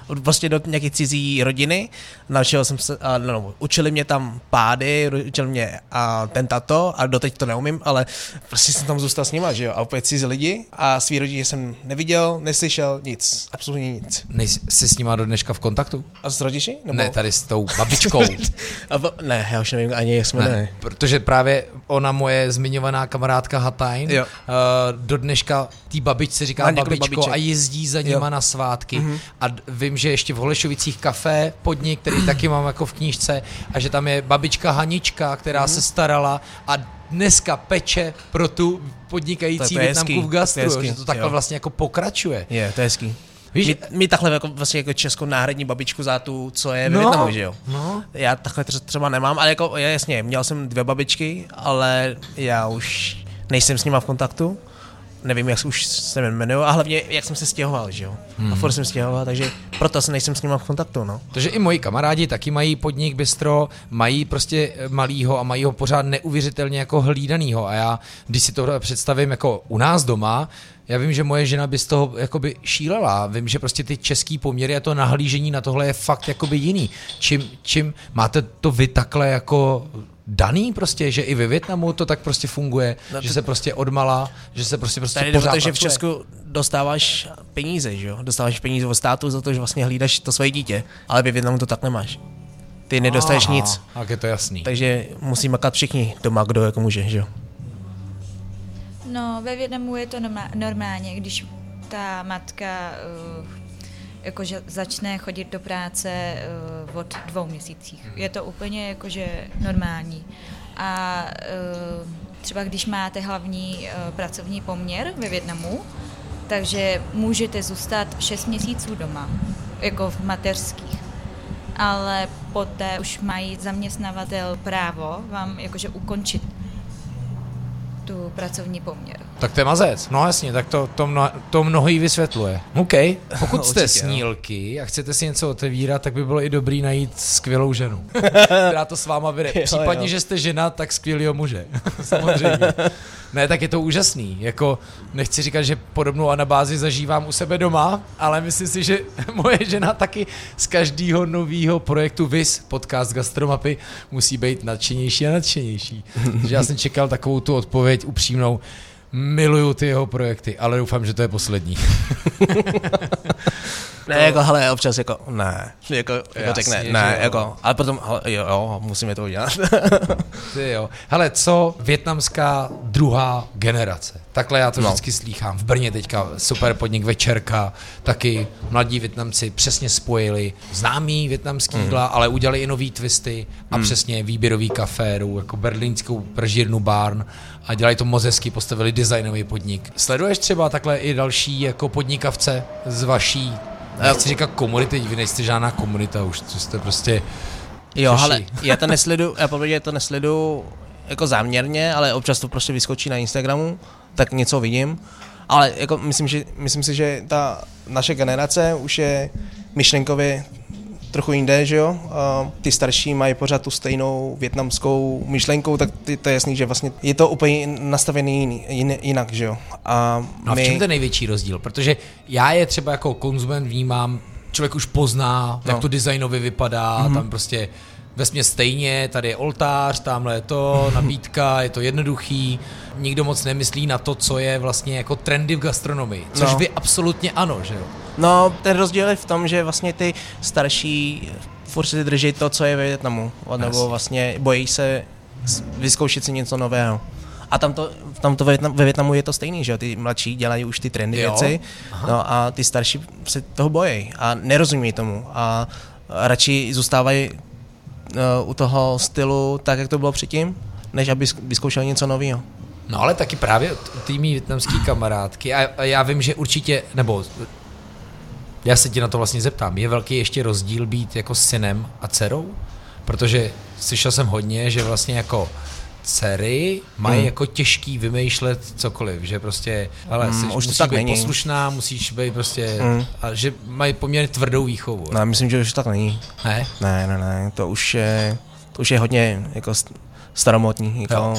prostě do nějaké cizí rodiny, naučil jsem se, učili mě tam pády, učil mě ten tato a doteď to neumím, ale prostě jsem tam zůstal s nima, že jo, a opět cizí lidi a svý rodině jsem neviděl, neslyšel, nic, absolutně nic. Jsi s nima do dneška v kontaktu? A s rodiči? Nebo? Ne, tady s tou babičkou. Ne, já už nevím ani, jak jsme ne. Protože právě ona moje zmiňovaná kamarádka Hatajn, do dneška tý babičce říká babičko a jezdí za nima na svátky. A vím, že ještě v Holešovicích kafe podnik, který taky mám jako v knížce, a že tam je babička Hanička, která se starala a dneska peče pro tu podnikající Vietnamku v gastru, že to takhle vlastně jako pokračuje. Je, to je hezký. Víš, my takhle jako, vlastně jako českou náhradní babičku za tu, co je v Vietnamu, že jo? No. Já takhle třeba nemám, ale jako jasně, měl jsem 2 babičky, ale já už nejsem s nima v kontaktu. Nevím, jak už se jmenuju, a hlavně, jak jsem se stěhoval, že jo? A furt jsem stěhoval, takže proto se nejsem s nima v kontaktu, no. Takže i moji kamarádi taky mají podnik bistro, mají prostě malýho a mají ho pořád neuvěřitelně jako hlídanýho a já, když si to představím jako u nás doma, já vím, že moje žena by z toho jakoby šílela, vím, že prostě ty český poměry a to nahlížení na tohle je fakt jakoby jiný. Čím máte to vy takhle jako daný prostě, že i ve Vietnamu to tak prostě funguje, že se prostě odmala, že se prostě tady pořád protože v Česku dostáváš peníze, že jo? Dostáváš peníze od státu za to, že vlastně hlídáš to svoje dítě, ale ve Vietnamu to tak nemáš. Ty nedostaneš nic. Tak je to jasný. Takže musí makat všichni doma, kdo jako může, že jo? No, ve Vietnamu je to normálně, když ta matka jakože začne chodit do práce od 2 měsících. Je to úplně jakože normální. A třeba když máte hlavní pracovní poměr ve Vietnamu, takže můžete zůstat 6 měsíců doma, jako v mateřských. Ale poté už mají zaměstnavatel právo vám jakože ukončit tu pracovní poměr. Tak to je mazec, no jasně, tak to mnohý vysvětluje. OK, pokud jste snílky a chcete si něco otevírat, tak by bylo i dobrý najít skvělou ženu, která to s váma vyjde. Případně, že jste žena, tak skvělýho muže, samozřejmě. Ne, tak je to úžasný, jako nechci říkat, že podobnou anabázi zažívám u sebe doma, ale myslím si, že moje žena taky z každého nového projektu VIS, podcast Gastromapy, musí být nadšenější a nadšenější. Takže já jsem čekal takovou tu odpověď upřímnou, miluju ty jeho projekty, ale doufám, že to je poslední. Ne, jako, hele, občas jako, ne, jako řekne, ne, jako, ale potom, jo, musíme to udělat. Ty jo. Hele, co vietnamská druhá generace? Takhle já to vždycky slýchám. V Brně teďka super podnik Večerka, taky mladí Vietnamci přesně spojili známý vietnamský jídla, ale udělali i nový twisty a přesně výběrový kaféru, jako berlínskou pražírnu Barn a dělají to moc hezky, postavili designový podnik. Sleduješ třeba takhle i další jako podnikavce z vaší, nechci říkat komunity, vy nejste žádná komunita už, co jste prostě jo, ale já to nesleduju jako záměrně, ale občas to prostě vyskočí na Instagramu, tak něco vidím, ale jako myslím si, že ta naše generace už je myšlenkově trochu jinde, že jo? Ty starší mají pořád tu stejnou vietnamskou myšlenku, tak to je jasný, že vlastně je to úplně nastavený jinak, že jo? A v čem to největší rozdíl? Protože já je třeba jako konzument vnímám, člověk už pozná, jak to designově vypadá, tam prostě vesměs stejně, tady je oltář, tamhle je to, nabídka, je to jednoduchý, nikdo moc nemyslí na to, co je vlastně jako trendy v gastronomii, což vy absolutně ano, že jo? No, ten rozdíl je v tom, že vlastně ty starší furt si drží to, co je ve Vietnamu, nebo vlastně bojí se vyzkoušet si něco nového. A tamto ve Vietnamu je to stejný, že jo, ty mladší dělají už ty trendy věci, no a ty starší se toho bojí a nerozumí tomu a radši zůstávají u toho stylu tak, jak to bylo předtím, než aby vyzkoušeli něco nového. No ale taky právě ty mý vietnamský kamarádky a já vím, že určitě, nebo já se ti na to vlastně zeptám, je velký ještě rozdíl být jako synem a dcerou? Protože slyšel jsem hodně, že vlastně jako dcery mají jako těžký vymýšlet cokoliv, že prostě, ale musíš být poslušná, musíš být prostě, a že mají poměrně tvrdou výchovu. No, myslím, že už tak není. Ne? Ne, to už je hodně jako staromódní, jako.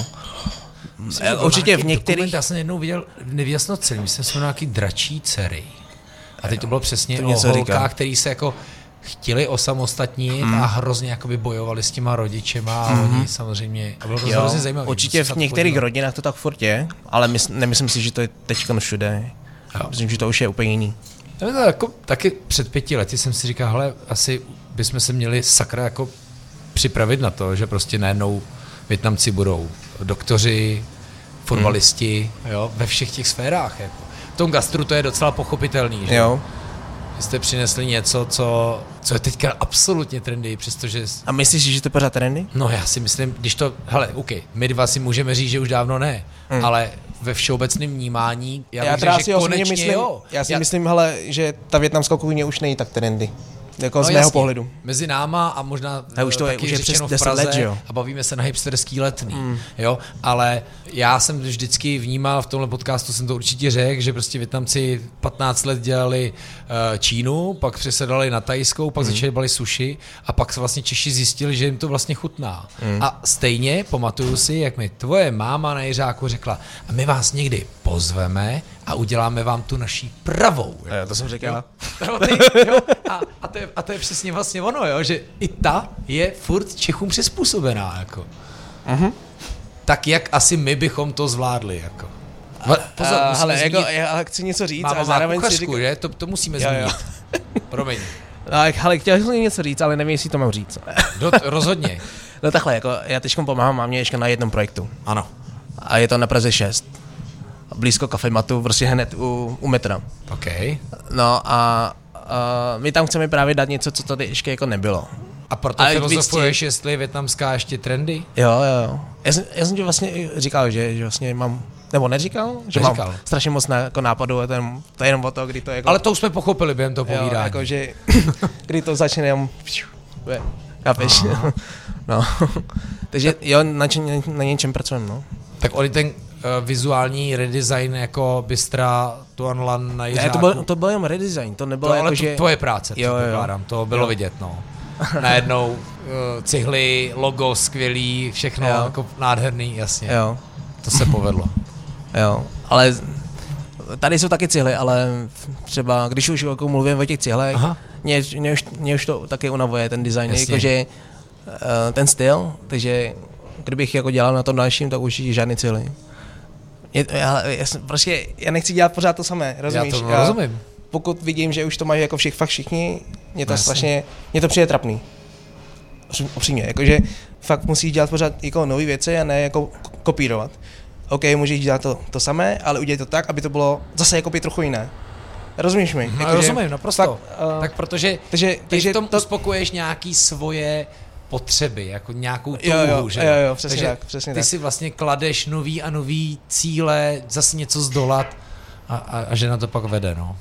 Určitě v některých... Já jsem jednou viděl, nevěděl jsem celý, myslím, že jsme nějaký dračí dcery. A teď to bylo přesně to o holkách, který se jako chtěli osamostatnit a hrozně jakoby bojovali s těma rodičema a oni samozřejmě, a bylo to hrozně zajímavé. Určitě v některých rodinách to tak furt je, ale nemyslím si, že to je teďka všude. Myslím, že to už je úplně jiný. Jako, taky před 5 lety jsem si říkal, hele, asi bychom se měli sakra jako připravit na to, že prostě najednou Vietnamci budou doktoři, fotbalisti, jo, ve všech těch sférách. Jako. V tom gastru to je docela pochopitelný, že? Jo. Jste přinesli něco, co je teďka absolutně trendy, přestože... A myslíš, že to je pořád trendy? No já si myslím, když to... Hele, OK, my dva si můžeme říct, že už dávno ne, ale ve všeobecném vnímání, já bych řekl, že konečně jo. Já si myslím, hele, že ta vietnamská kuchyně už není tak trendy. Jako z mého pohledu. Mezi náma a možná už to taky je řečeno přes v Praze 10 let, že jo? A bavíme se na hipsterský letný, jo, ale já jsem vždycky vnímal, v tomhle podcastu jsem to určitě řekl, že prostě Vietnamci 15 let dělali Čínu, pak přesedali na thajskou, pak začali bali sushi a pak se vlastně Češi zjistili, že jim to vlastně chutná. A stejně pamatuju si, jak mi tvoje máma na Jiřáku řekla, a my vás někdy pozveme a uděláme vám tu naší pravou. To jsem řekl. A to je přesně vlastně ono, jo, že i ta je furt Čechům přizpůsobená, jako. Tak jak asi my bychom to zvládli, jako. Pozor, hele, jako, já chci něco říct, máma a zároveň kuchařku, si říkám... že? To musíme zmínit. Promiň. Ale chtěl jsem něco říct, ale nevím, jestli to mám říct. Rozhodně. No takhle, jako já teď pomáhám mámě ještě na jednom projektu. Ano. A je to na Praze 6. Blízko kafematu, prostě hned u metra. OK. No a my tam chceme právě dát něco, co tady ještě jako nebylo. A proto filozofuješ, jestli je vietnamská ještě trendy? Jo. Já jsem ti vlastně říkal, že vlastně mám, nebo neříkal? Že neříkal. Mám strašně moc jako nápadů, to je jenom o to, kdy to jako... Ale to už jsme pochopili během toho povídání. Jo, jako, že kdy to začne jenom... Chápeš? No. Takže jo, na něčem pracujeme, no. Tak oni ten vizuální redesign jako Bystra Tuan Lan na Jiřáku. Ne, to byl jenom redesign, to nebylo to, jako, ale že... tvoje práce, předpokládám, to bylo vidět, no. Najednou cihly, logo skvělý, všechno jako nádherný, jasně. Jo. To se povedlo. Jo, ale tady jsou taky cihly, ale třeba, když už jako mluvím o těch cihlech, mě už to taky unavuje, ten design, jakože ten styl, takže kdybych jako dělal na tom dalším, tak určitě žádný cihly. Já nechci dělat pořád to samé, rozumíš? Já to rozumím. Pokud vidím, že už to mají jako fakt všichni, mě to přijde trapný. Upřímně, jakože fakt musí dělat pořád jako nový věci a ne jako kopírovat. OK, můžeš dělat to samé, ale udělat to tak, aby to bylo zase jako trochu jiné. Rozumíš mi? No, rozumím, naprosto. Tak protože ty v tom uspokojuješ nějaký svoje potřeby, jako nějakou touhu, že? Jo, přesně ty tak. si vlastně kladeš nový a nový cíle, zase něco zdolat a že na to pak vede, no.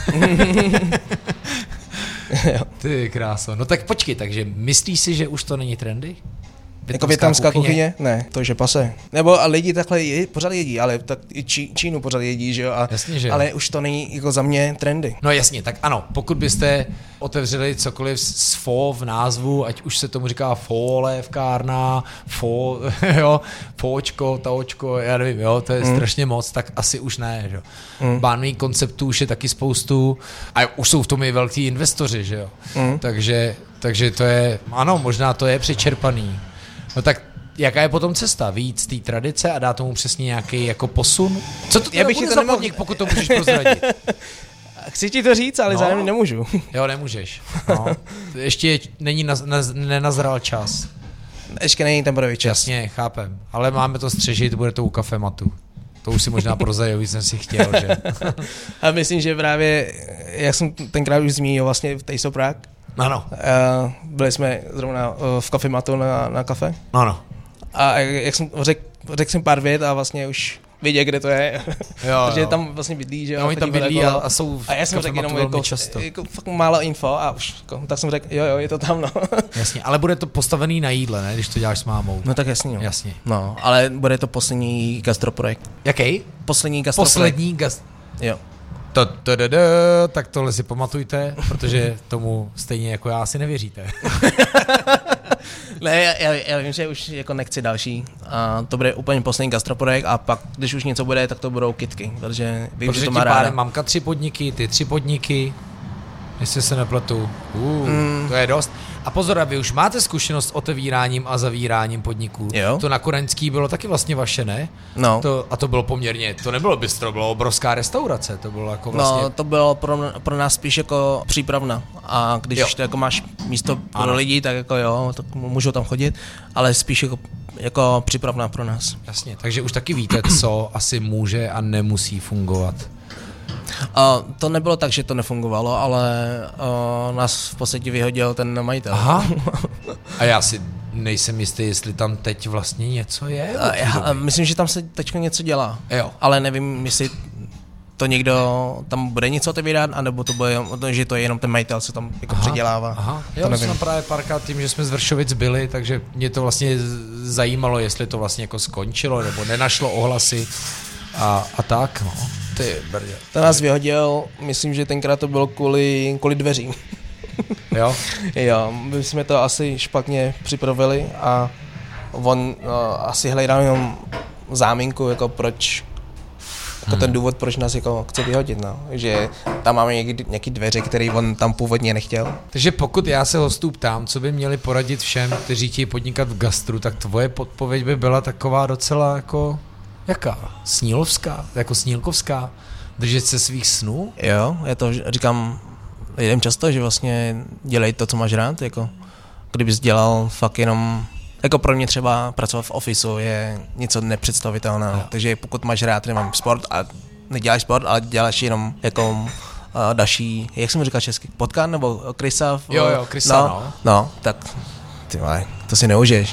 Ty kráso. No tak počkej, takže myslíš si, že už to není trendy? Jako vietnamská kuchyně? Ne, to je pase. Nebo a lidi takhle pořád jedí, ale tak i Čínu pořád jedí, že jo? Jasně, že ale už to není jako za mě trendy. No jasně, tak ano, pokud byste otevřeli cokoliv s fo v názvu, ať už se tomu říká folévkárna, fóčko, taočko, já nevím, jo, to je strašně moc, tak asi už ne, že jo. Bánných konceptů už je taky spoustu a už jsou v tom i velký investoři, že jo. Takže to je, ano, možná to je přečerpaný. No tak jaká je potom cesta? Vyjít z té tradice a dát tomu přesně nějaký jako posun? Co to bude za podnik, pokud to můžeš prozradit? Chci ti to říct, ale zároveň nemůžu. Jo, nemůžeš. No. Ještě nenazral čas. Ještě není ten bodový čas. Jasně, chápem. Ale máme to střežit, bude to u kafematu. To už si možná prozradil, víc jsem si chtěl, že? A myslím, že právě, jak jsem tenkrát už zmínil vlastně v Taste of Prague, ano. Byli jsme zrovna v kafematu na kafe. Ano. A jak jsem řekl jsem pár vět a vlastně už věděl, kde to je. Protože tam vlastně bydlí, že jo. No, oni tam bydlí a jsou a já jsem řekl jenom jako fakt málo info a už tak jsem řekl, jo, je to tam, no. Jasně, ale bude to postavený na jídle, ne, když to děláš s mámou. No tak jasně, jo. Jasně. No, ale bude to poslední gastroprojekt. Jaký? Poslední gastroprojekt. Jo. Tak tohle si pamatujte, protože tomu stejně jako já asi nevěříte. Ne, já vím, že už jako nechci další. A to bude úplně poslední gastroprojekt a pak, když už něco bude, tak to budou kitky, protože vím, že to má ráda. Mamka 3 podniky, ty 3 podniky, jestli se nepletu. To je dost. A pozor, vy už máte zkušenost s otevíráním a zavíráním podniků. Jo. To na Kodaňský bylo taky vlastně vaše, ne? No. A to bylo poměrně, to nebylo bistro, bylo obrovská restaurace, to bylo jako vlastně... No, to bylo pro nás spíš jako přípravna. A když už jako máš místo pro lidi, tak jako jo, tak můžou tam chodit, ale spíš jako přípravna pro nás. Jasně, takže už taky víte, co asi může a nemusí fungovat. To nebylo tak, že to nefungovalo, ale nás v podstatě vyhodil ten majitel. Aha. A já si nejsem jistý, jestli tam teď vlastně něco je. Já myslím, že tam se teď něco dělá, jo. Ale nevím, jestli to někdo tam bude něco otevírat, anebo to bude, že to je jenom ten majitel, co tam jako předělává. Aha. Já jsem právě párkrát tím, že jsme z Vršovic byli, takže mě to vlastně zajímalo, jestli to vlastně jako skončilo, nebo nenašlo ohlasy a tak, no. Ty brdě. To nás vyhodil, myslím, že tenkrát to bylo kvůli dveřím. Jo? Jo, my jsme to asi špatně připravili a on asi hledal jenom záminku, jako proč, jako ten důvod, proč nás jako chce vyhodit, no. Že tam máme nějaký dveře, které on tam původně nechtěl. Takže pokud já se hostů ptám, co by měli poradit všem, kteří chtějí podnikat v gastru, tak tvoje podpověď by byla taková docela jako... Jaká? Snílovská? Jako snílkovská? Držet se svých snů? Jo, já to říkám lidem často, že vlastně dělej to, co máš rád, jako kdybys dělal fakt jenom, jako pro mě třeba pracovat v ofisu je něco nepředstavitelného, takže pokud máš rád, nevím, sport a neděláš sport, ale děláš jenom jako další, jak jsem říkal česky, potkan nebo krysa? Jo, krysa, no, tak ty vole, to si neužiješ.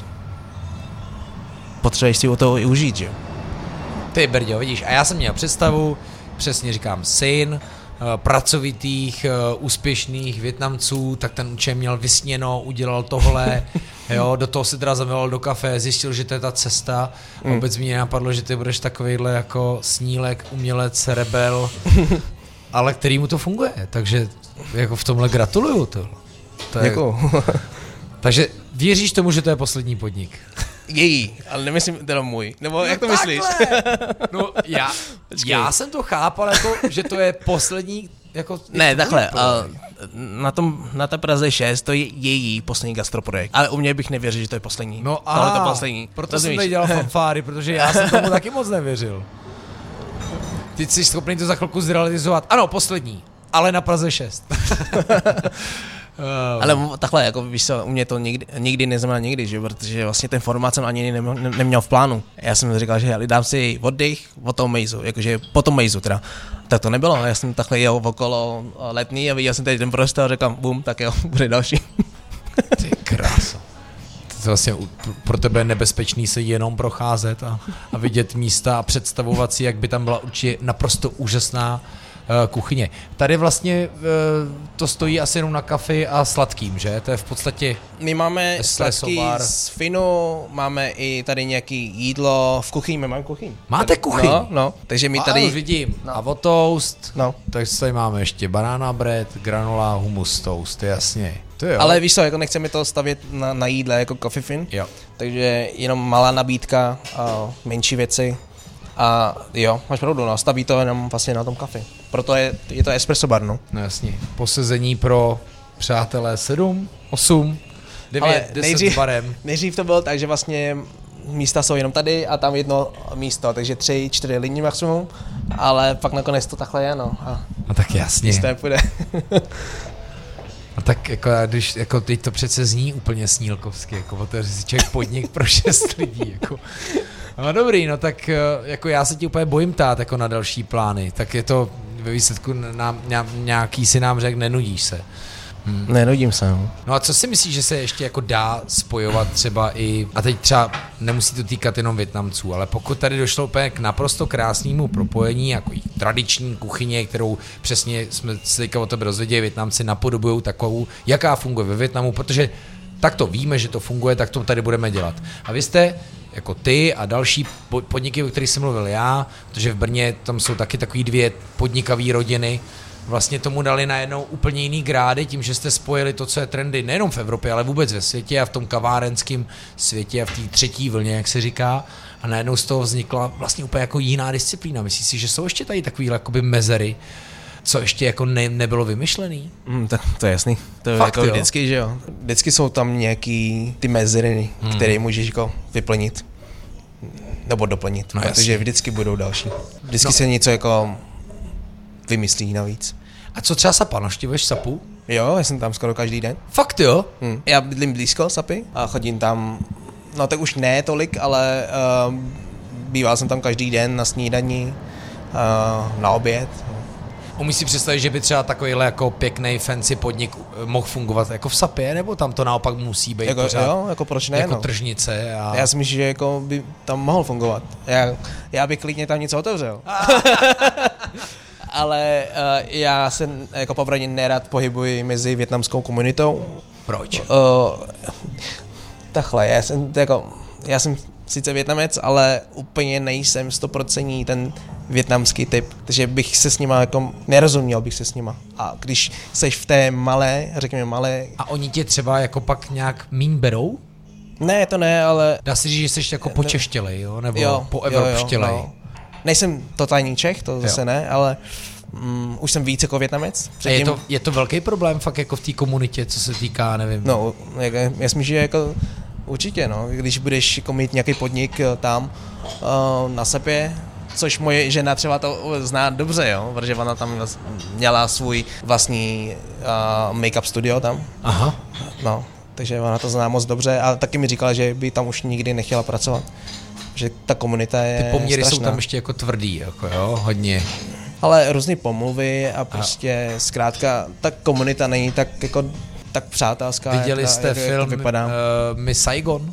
Potřebuješ si o to i užít, že jo? Ty brďo, vidíš, a já jsem měl představu, přesně říkám, syn pracovitých, úspěšných Vietnamců, tak ten určitě měl vysněno, udělal tohle, jo, do toho se teda zamiloval do kafe, zjistil, že to je ta cesta, vůbec mě napadlo, že ty budeš takovejhle jako snílek, umělec, rebel, ale který mu to funguje, takže jako v tomhle gratuluju. To je, takže věříš tomu, že to je poslední podnik? Její, ale nemyslím teda můj. Nebo jak to myslíš? No já jsem to chápal jako, že to je poslední jako... Ne, takhle, na té Praze 6 to je její poslední gastroprojekt, ale u mě bych nevěřil, že to je poslední. No a to poslední. Proto jsem tady dělal fanfáry, protože já jsem tomu taky moc nevěřil. Ty jsi schopný to za chvilku zrealizovat. Ano, poslední, ale na Praze 6. Ale takhle, jako víš co, u mě to nikdy neznamená nikdy, že? Protože vlastně ten formát jsem ani neměl v plánu. Já jsem říkal, že dám si oddych od toho mejzu, jakože po tom mejzu teda. Tak to nebylo, já jsem takhle jel okolo Letný a viděl jsem tady ten prostor a říkám, bum, tak jo, bude další. Ty krása. To vlastně pro tebe je nebezpečný se jenom procházet a vidět místa a představovat si, jak by tam byla určitě naprosto úžasná kuchyně. Tady vlastně to stojí asi jenom na kafi a sladkým, že? To je v podstatě... My máme sladký z Finu, máme i tady nějaký jídlo v kuchyni, my máme kuchyň. Máte kuchyň? No, takže my tady... Už vidím. No. Avotoast, takže tady máme ještě banana bread, granola, hummus toast, jasně. Ale víš co, jako nechceme to stavět na jídle jako Coffee Fin, takže jenom malá nabídka a menší věci. A jo, máš pravdu, no, staví to jenom vlastně na tom kafi. Proto je to espresso bar, no. No jasně. Posezení pro přátelé 7, 8, 9, 10 barem. Nejdřív to bylo tak, že vlastně místa jsou jenom tady a tam jedno místo, takže 3, 4 lidi maximum, ale pak nakonec to takhle je, no. A tak jasně. Místo nepůjde. A tak jako, když jako teď to přece zní úplně snílkovsky, jako otevři si člověk podnik pro 6 lidí, jako. No dobrý, no tak jako já se ti úplně bojím tát jako na další plány, tak je to ve výsledku nějaký si nám řekl, nenudíš se. Nenudím se. No a co si myslíš, že se ještě jako dá spojovat třeba i, a teď třeba nemusí to týkat jenom Vietnamců, ale pokud tady došlo úplně k naprosto krásnému propojení, jako i tradiční kuchyně, kterou přesně jsme se teďka o tebe dozvěděli, Vietnamci napodobujou takovou, jaká funguje ve Vietnamu, protože tak to víme, že to funguje, tak to tady budeme dělat. A vy jste jako ty a další podniky, o kterých jsem mluvil já, protože v Brně tam jsou taky takový 2 podnikavé rodiny, vlastně tomu dali najednou úplně jiný grády tím, že jste spojili to, co je trendy nejenom v Evropě, ale vůbec ve světě a v tom kavárenském světě a v té třetí vlně, jak se říká, a najednou z toho vznikla vlastně úplně jako jiná disciplína. Myslíš si, že jsou ještě tady takový jakoby mezery, co ještě jako nebylo vymyšlený? To je jasný. To je jako vždycky, že jo. Vždycky jsou tam nějaký ty mezery, které můžeš jako vyplnit. Nebo doplnit, no, protože jasný. Vždycky budou další. Vždycky se něco jako vymyslí navíc. A co třeba Sapa? Navštěvuješ Sapu? Jo, já jsem tam skoro každý den. Fakt jo? Já bydlím blízko Sapy a chodím tam, no tak už ne tolik, ale býval jsem tam každý den na snídani, na oběd. Umíš si představit, že by třeba takovýhle jako pěkný fancy podnik mohl fungovat jako v Sapě, nebo tam to naopak musí být jako, pořád jo, jako proč ne, jako tržnice? A... Já si myslím, že jako by tam mohl fungovat. Já bych klidně tam něco otevřel. Ale já se jako popravdě nerad pohybuji mezi vietnamskou komunitou. Proč? Takhle, já jsem sice Vietnamec, ale úplně nejsem 100% ten vietnamský typ, takže bych se s nima jako nerozuměl bych se s nima. A když seš v té malé, řekněme malé... A oni tě třeba jako pak nějak míň berou? Ne, to ne, ale... Dá se říct, že jsi jako počeštělej, jo? Nebo poevropštělej? Jo. Nejsem totální Čech, to zase ne, ale už jsem víc jako Vietnamec. Je to velký problém fakt jako v té komunitě, co se týká, nevím. No, já myslím, že jako určitě, no, když budeš jako mít nějaký podnik tam na Sapě, což moje žena třeba to zná dobře, jo, protože ona tam měla svůj vlastní make-up studio tam. Aha. No, takže ona to zná moc dobře a taky mi říkala, že by tam už nikdy nechtěla pracovat. Že ta komunita je ty poměry strašná. Jsou tam ještě jako tvrdý, jako jo, hodně. Ale různý pomluvy a prostě zkrátka ta komunita není tak jako tak přátelská. Viděli jste film Miss Saigon?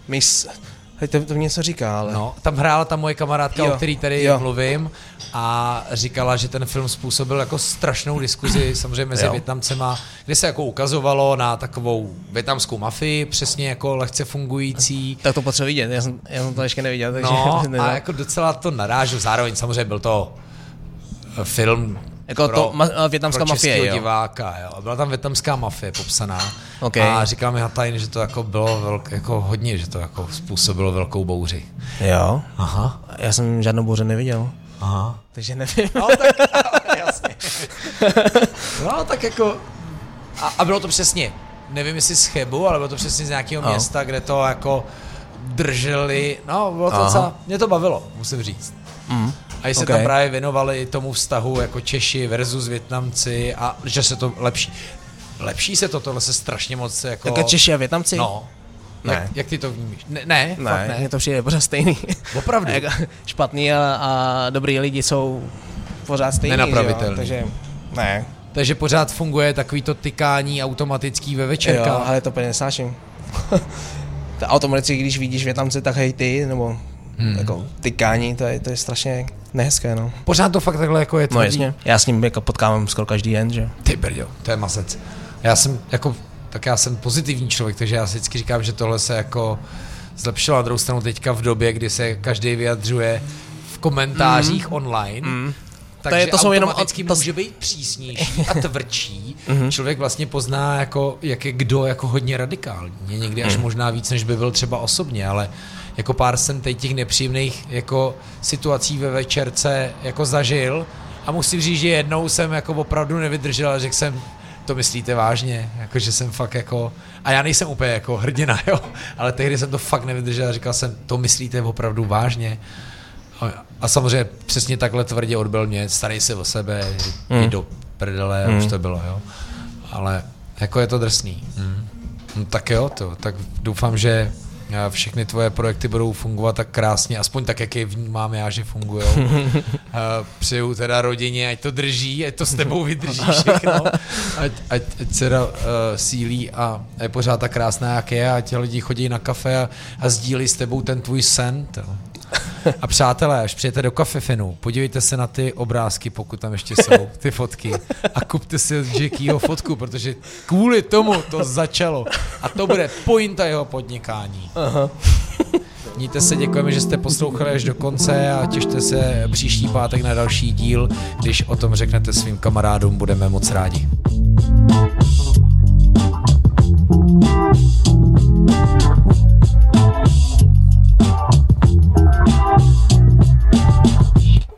To mě něco říká, ale... No, tam hrála ta moje kamarádka, o který tady mluvím a říkala, že ten film způsobil jako strašnou diskuzi samozřejmě mezi Vietnamcema, kde se jako ukazovalo na takovou vietnamskou mafii, přesně jako lehce fungující. Tak to potřeba vidět, já jsem to ještě neviděl, takže... No a jako docela to narážu, zároveň samozřejmě byl to film jako to vietnamská mafie, jo. Diváka, jo. Byla tam vietnamská mafie popsaná. Okay. A říkal mi Hatajn, že to jako bylo jako hodně, že to jako způsobilo velkou bouři. Jo. Aha. Já jsem žádnou bouři neviděl. Aha. Takže nevím. No tak, jasně. No tak jako, a bylo to přesně, nevím jestli z Chebu, ale bylo to přesně z nějakého města, kde to jako drželi, no bylo to docela, mě to bavilo, musím říct. A se tam právě věnovali tomu vztahu jako Češi versus Vietnamci a že se to lepší se to, tohle se strašně moc jako... Jako Češi a Vietnamci? No. Ne. Jak ty to vnímíš? Ne, fakt ne. Mně to přijde pořád stejný. Opravdu? Špatný a dobrý lidi jsou pořád stejný. Nenapravitelný. Takže ne. Takže pořád funguje takový to tykání automatický ve večerkách. Jo, ale to úplně nesnáším. Automaticky, když vidíš Vietnamce, tak hej ty, nebo jako tykání, to je strašně nehezké, no. Pořád to fakt takhle jako je tvrdý. No jasně, já s ním jako potkávám skoro každý den, že? Ty brďo, to je masec. Já jsem pozitivní člověk, takže já si vždycky říkám, že tohle se jako zlepšilo. Na druhou stranu teďka v době, kdy se každý vyjadřuje v komentářích online, takže to automaticky může být přísnější a tvrdší. Člověk vlastně pozná, jako, jak je kdo jako hodně radikální. Někdy až možná víc, než by byl třeba osobně, ale jako pár jsem těch nepříjemných jako situací ve večerce jako zažil a musím říct, že jednou jsem jako opravdu nevydržel a řekl jsem, to myslíte vážně, jakože jsem fakt jako, a já nejsem úplně jako hrdina, jo, ale tehdy jsem to fakt nevydržel a říkal jsem, to myslíte opravdu vážně. A samozřejmě přesně takhle tvrdě odbyl mě, starej se o sebe, jdi do prdele, už to bylo, jo. Ale jako je to drsný. No, tak jo, tak doufám, že všechny tvoje projekty budou fungovat tak krásně, aspoň tak, jak je vnímám já, že fungujou. Přeju teda rodině, ať to drží, ať to s tebou vydrží všechno, ať se sílí a je pořád tak krásná, jak je, ať lidi chodí na kafe a sdílí s tebou ten tvůj sen. A přátelé, až přijete do Cafefinu, podívejte se na ty obrázky, pokud tam ještě jsou, ty fotky a kupte si Jackieho fotku, protože kvůli tomu to začalo a to bude pointa jeho podnikání. Aha. Mějte se, děkujeme, že jste poslouchali až do konce a těšte se příští pátek na další díl, když o tom řeknete svým kamarádům, budeme moc rádi.